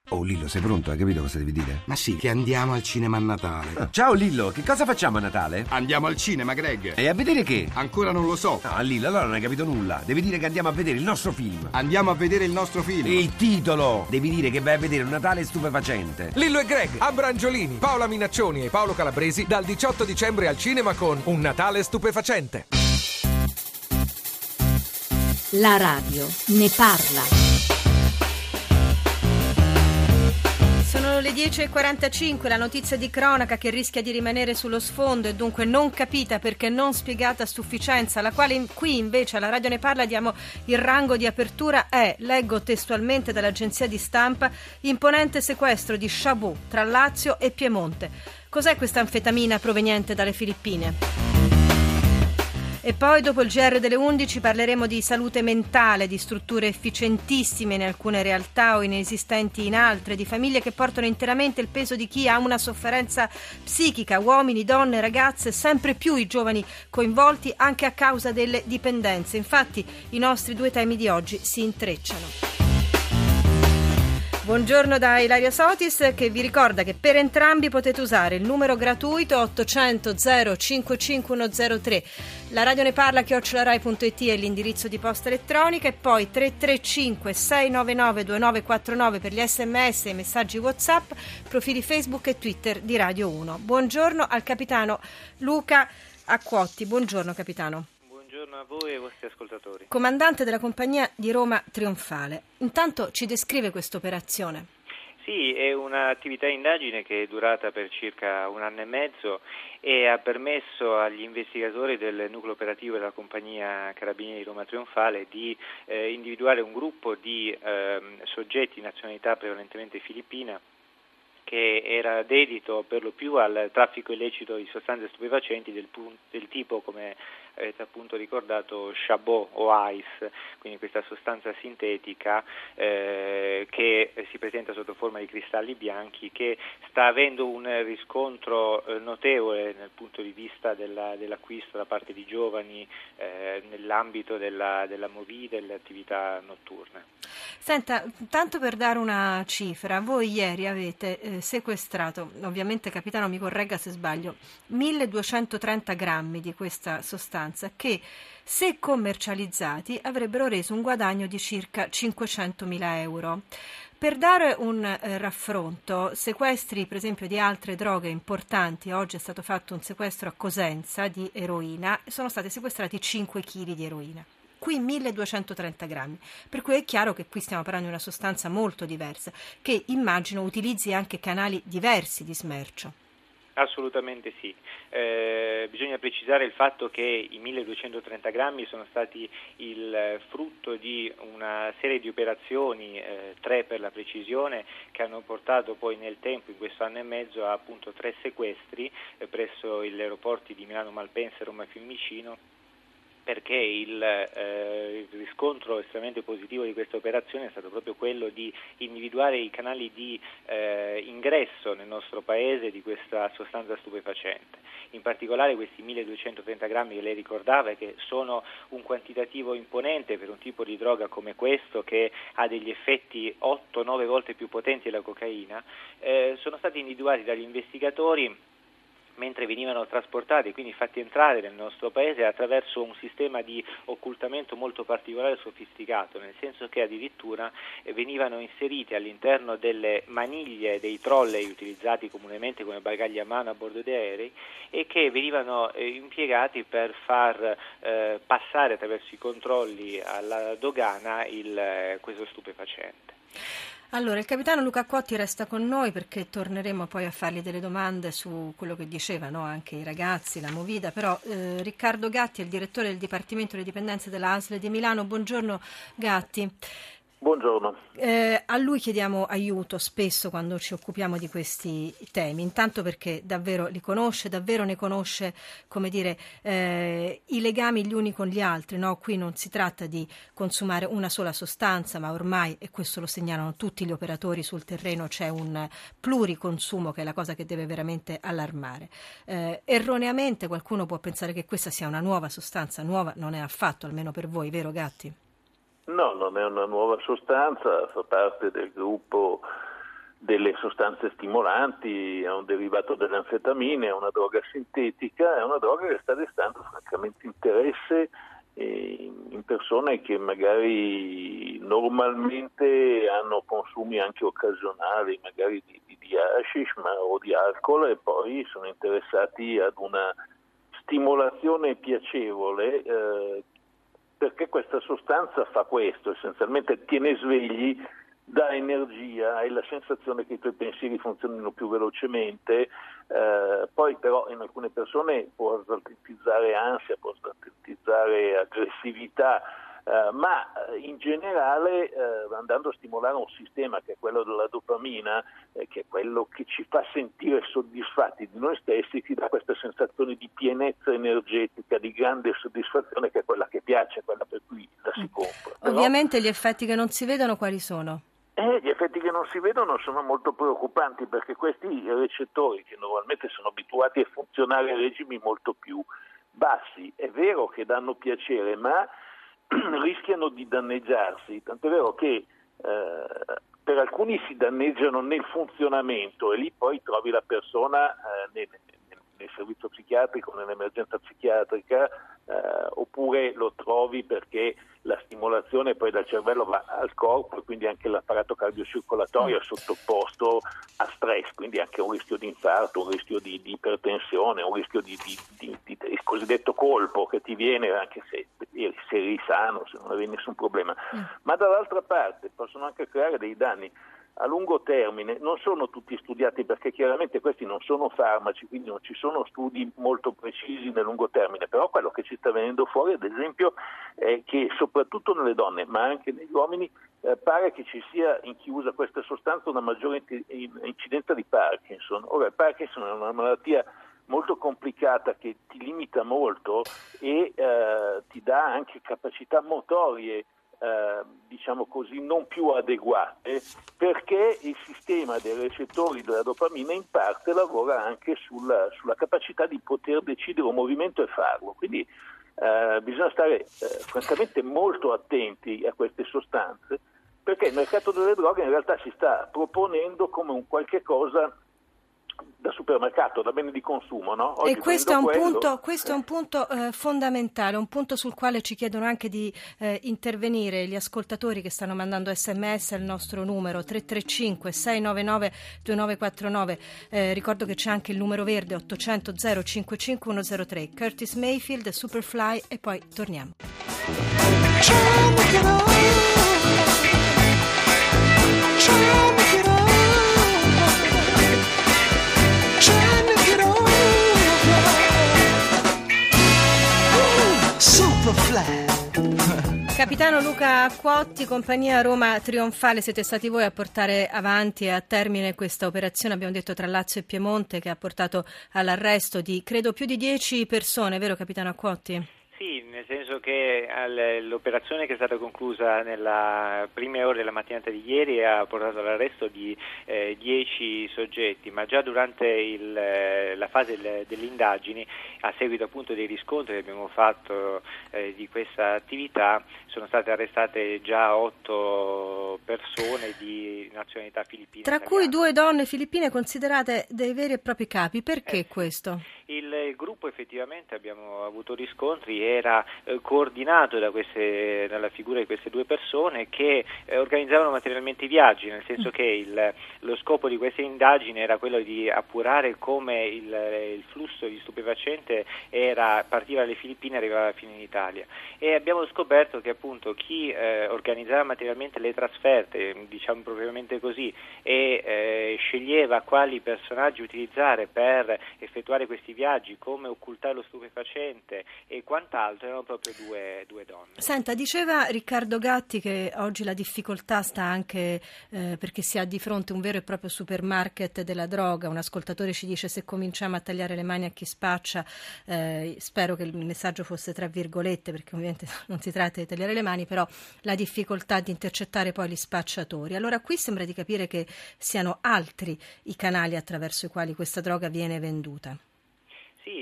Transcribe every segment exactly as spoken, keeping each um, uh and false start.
Oh Lillo, sei pronto? Hai capito cosa devi dire? Ma sì, che andiamo al cinema a Natale. Ah, ciao Lillo, che cosa facciamo a Natale? Andiamo al cinema, Greg. E a vedere che? Ancora non lo so. No, Lillo, allora non hai capito nulla. Devi dire che andiamo a vedere il nostro film. Andiamo a vedere il nostro film. Il titolo! Devi dire che vai a vedere un Natale stupefacente. Lillo e Greg, Abrangiolini, Paola Minaccioni e Paolo Calabresi dal diciotto dicembre al cinema con Un Natale stupefacente. La radio ne parla. Sono le dieci e quarantacinque, la notizia di cronaca che rischia di rimanere sullo sfondo e dunque non capita perché non spiegata a sufficienza, la quale qui invece alla Radio Ne Parla diamo il rango di apertura è, leggo testualmente dall'agenzia di stampa, imponente sequestro di Chabot tra Lazio e Piemonte. Cos'è questa anfetamina proveniente dalle Filippine? E poi dopo il G R delle undici parleremo di salute mentale, di strutture efficientissime in alcune realtà o inesistenti in altre, di famiglie che portano interamente il peso di chi ha una sofferenza psichica, uomini, donne, ragazze, sempre più i giovani coinvolti anche a causa delle dipendenze. Infatti i nostri due temi di oggi si intrecciano. Buongiorno da Ilaria Sotis che vi ricorda che per entrambi potete usare il numero gratuito ottocento zero cinquantacinque centotre. La Radio Ne Parla chiocciola punto it è l'indirizzo di posta elettronica e poi tre tre cinque sei nove nove due nove quattro nove per gli sms e i messaggi WhatsApp, profili Facebook e Twitter di Radio uno. Buongiorno al capitano Luca Acquotti. Buongiorno capitano. Buongiorno a voi e ai vostri ascoltatori. Comandante della compagnia di Roma Trionfale. Intanto ci descrive questa operazione. Sì, è un'attività indagine che è durata per circa un anno e mezzo e ha permesso agli investigatori del nucleo operativo della compagnia Carabinieri Roma Trionfale di eh, individuare un gruppo di eh, soggetti di nazionalità prevalentemente filippina che era dedito per lo più al traffico illecito di sostanze stupefacenti del, del tipo, come avete appunto ricordato, Chabot o Ice, quindi questa sostanza sintetica eh, che si presenta sotto forma di cristalli bianchi, che sta avendo un riscontro eh, notevole dal punto di vista della, dell'acquisto da parte di giovani eh, nell'ambito della, della movida e delle attività notturne. Senta, tanto per dare una cifra, voi ieri avete eh, sequestrato, ovviamente capitano mi corregga se sbaglio, milleduecentotrenta grammi di questa sostanza che, se commercializzati, avrebbero reso un guadagno di circa cinquecentomila euro. Per dare un eh, raffronto, sequestri per esempio di altre droghe importanti, oggi è stato fatto un sequestro a Cosenza di eroina, sono stati sequestrati cinque chili di eroina. Qui milleduecentotrenta grammi, per cui è chiaro che qui stiamo parlando di una sostanza molto diversa, che immagino utilizzi anche canali diversi di smercio. Assolutamente sì, eh, bisogna precisare il fatto che i milleduecentotrenta grammi sono stati il frutto di una serie di operazioni, eh, tre per la precisione, che hanno portato poi nel tempo, in questo anno e mezzo, a appunto tre sequestri eh, presso gli aeroporti di Milano Malpensa e Roma Fiumicino, perché il, eh, il riscontro estremamente positivo di questa operazione è stato proprio quello di individuare i canali di eh, ingresso nel nostro paese di questa sostanza stupefacente. In particolare questi milleduecentotrenta grammi che lei ricordava, che sono un quantitativo imponente per un tipo di droga come questo, che ha degli effetti otto nove volte più potenti della cocaina, eh, sono stati individuati dagli investigatori mentre venivano trasportati, quindi fatti entrare nel nostro paese attraverso un sistema di occultamento molto particolare e sofisticato, nel senso che addirittura venivano inseriti all'interno delle maniglie dei trolley utilizzati comunemente come bagagli a mano a bordo dei aerei e che venivano eh, impiegati per far eh, passare attraverso i controlli alla dogana il, eh, questo stupefacente. Allora, il capitano Luca Acquotti resta con noi perché torneremo poi a fargli delle domande su quello che dicevano anche i ragazzi, la movida, però eh, Riccardo Gatti è il direttore del Dipartimento delle Dipendenze della A S L di Milano. Buongiorno Gatti. Buongiorno. Eh, a lui chiediamo aiuto spesso quando ci occupiamo di questi temi, intanto perché davvero li conosce, davvero ne conosce, come dire, eh, i legami gli uni con gli altri, no? Qui non si tratta di consumare una sola sostanza, ma ormai, e questo lo segnalano tutti gli operatori sul terreno, c'è un pluriconsumo che è la cosa che deve veramente allarmare. Eh, erroneamente qualcuno può pensare che questa sia una nuova sostanza, nuova non è affatto, almeno per voi, vero Gatti? No, non è una nuova sostanza, fa parte del gruppo delle sostanze stimolanti, è un derivato delle anfetamine, è una droga sintetica, è una droga che sta destando francamente interesse in persone che magari normalmente hanno consumi anche occasionali, magari di, di, di hashish ma, o di alcol, e poi sono interessati ad una stimolazione piacevole, eh, perché questa sostanza fa questo, essenzialmente tiene svegli, dà energia, hai la sensazione che i tuoi pensieri funzionino più velocemente, eh, poi però in alcune persone può sintetizzare ansia, può sintetizzare aggressività, eh, ma in generale eh, andando a stimolare un sistema che è quello della dopamina, eh, che è quello che ci fa sentire soddisfatti di noi stessi, ti dà questa sensazione di pienezza energetica, di grande soddisfazione, che è quella che piace, quella per cui la si compra. Ovviamente però, gli effetti che non si vedono quali sono? Eh, gli effetti che non si vedono sono molto preoccupanti, perché questi recettori, che normalmente sono abituati a funzionare a regimi molto più bassi, è vero che danno piacere, ma rischiano di danneggiarsi, tant'è vero che eh, per alcuni si danneggiano nel funzionamento, e lì poi trovi la persona eh, nel, nel, nel servizio psichiatrico, nell'emergenza psichiatrica, eh, oppure lo trovi perché la stimolazione poi dal cervello va al corpo, e quindi anche l'apparato cardiocircolatorio è sottoposto a stress, quindi anche un rischio di infarto, un rischio di, di ipertensione, un rischio di, di, di, di, di il cosiddetto colpo che ti viene anche se eri sano, se non avevi nessun problema. Mm. Ma dall'altra parte possono anche creare dei danni a lungo termine. Non sono tutti studiati, perché chiaramente questi non sono farmaci, quindi non ci sono studi molto precisi nel lungo termine, però quello che ci sta venendo fuori ad esempio è che soprattutto nelle donne, ma anche negli uomini, eh, pare che ci sia in chi usa questa sostanza una maggiore incidenza di Parkinson. Ora, il Parkinson è una malattia molto complicata che ti limita molto e eh, ti dà anche capacità motorie Eh, diciamo così non più adeguate, perché il sistema dei recettori della dopamina in parte lavora anche sulla, sulla capacità di poter decidere un movimento e farlo, quindi eh, bisogna stare eh, francamente molto attenti a queste sostanze, perché il mercato delle droghe in realtà si sta proponendo come un qualche cosa da supermercato, da bene di consumo, no? Oggi e questo è, un quello... punto, questo è un punto eh, fondamentale, un punto sul quale ci chiedono anche di eh, intervenire gli ascoltatori che stanno mandando sms al nostro numero tre tre cinque sei nove nove due nove quattro nove. Eh, ricordo che c'è anche il numero verde ottocento zero cinquantacinque centotre. Curtis Mayfield, Superfly, e poi torniamo. Capitano Luca Quotti, compagnia Roma Trionfale, siete stati voi a portare avanti e a termine questa operazione, abbiamo detto, tra Lazio e Piemonte, che ha portato all'arresto di credo più di dieci persone, vero capitano Quotti? Sì, nel senso che l'operazione che è stata conclusa nella prime ore della mattinata di ieri ha portato all'arresto di eh, dieci soggetti, ma già durante il, la fase del, delle indagini, a seguito appunto dei riscontri che abbiamo fatto eh, di questa attività, sono state arrestate già otto persone di nazionalità filippina. Tra italiana. Cui due donne filippine considerate dei veri e propri capi. Perché eh, questo? Il, il gruppo, effettivamente abbiamo avuto riscontri, era eh, coordinato da queste, dalla figura di queste due persone che eh, organizzavano materialmente i viaggi, nel senso che il, lo scopo di queste indagini era quello di appurare come il, il flusso di stupefacente era, partiva dalle Filippine e arrivava fino in Italia, e abbiamo scoperto che appunto chi eh, organizzava materialmente le trasferte, diciamo propriamente così, e eh, sceglieva quali personaggi utilizzare per effettuare questi viaggi, come occultare lo stupefacente e quant'altro, erano proprio due, due donne. Senta, diceva Riccardo Gatti che oggi la difficoltà sta anche eh, perché si ha di fronte un vero e proprio supermarket della droga. Un ascoltatore ci dice: se cominciamo a tagliare le mani a chi spaccia, eh, spero che il messaggio fosse tra virgolette, perché ovviamente non si tratta di tagliare le mani, però la difficoltà di intercettare poi gli spacciatori. Allora qui sembra di capire che siano altri i canali attraverso i quali questa droga viene venduta. Sì,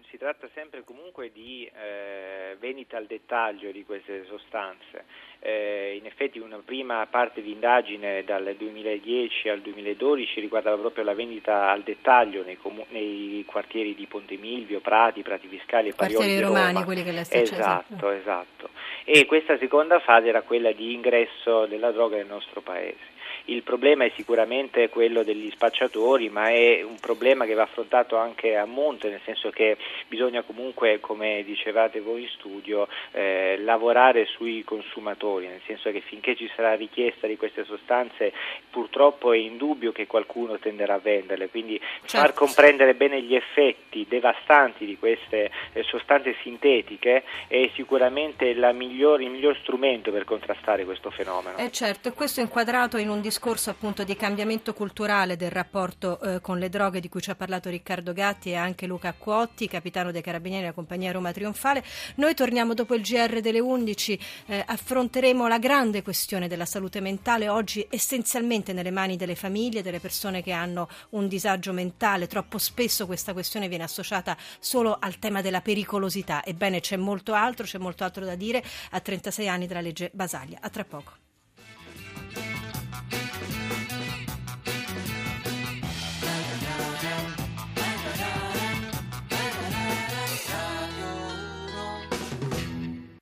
si tratta sempre comunque di eh, vendita al dettaglio di queste sostanze. Eh, in effetti una prima parte di indagine dal duemiladieci al duemiladodici riguardava proprio la vendita al dettaglio nei, comu- nei quartieri di Ponte Milvio, Prati, Prati Fiscali e Parioli quartieri di romani, Roma. quelli che lei sta Esatto, esatto. E questa seconda fase era quella di ingresso della droga nel nostro paese. Il problema è sicuramente quello degli spacciatori, ma è un problema che va affrontato anche a monte, nel senso che bisogna comunque, come dicevate voi in studio, eh, lavorare sui consumatori, nel senso che finché ci sarà richiesta di queste sostanze purtroppo è indubbio che qualcuno tenderà a venderle, quindi certo. Far comprendere bene gli effetti devastanti di queste eh, sostanze sintetiche è sicuramente la miglior, il miglior strumento per contrastare questo fenomeno. Eh certo, e questo è inquadrato in un discorso appunto di cambiamento culturale del rapporto eh, con le droghe di cui ci ha parlato Riccardo Gatti e anche Luca Acquotti, capitano dei Carabinieri della Compagnia Roma Trionfale. Noi torniamo dopo il G R delle undici, eh, affronteremo la grande questione della salute mentale, oggi essenzialmente nelle mani delle famiglie, delle persone che hanno un disagio mentale. Troppo spesso questa questione viene associata solo al tema della pericolosità, ebbene c'è molto altro, c'è molto altro da dire a trentasei anni dalla legge Basaglia. A tra poco.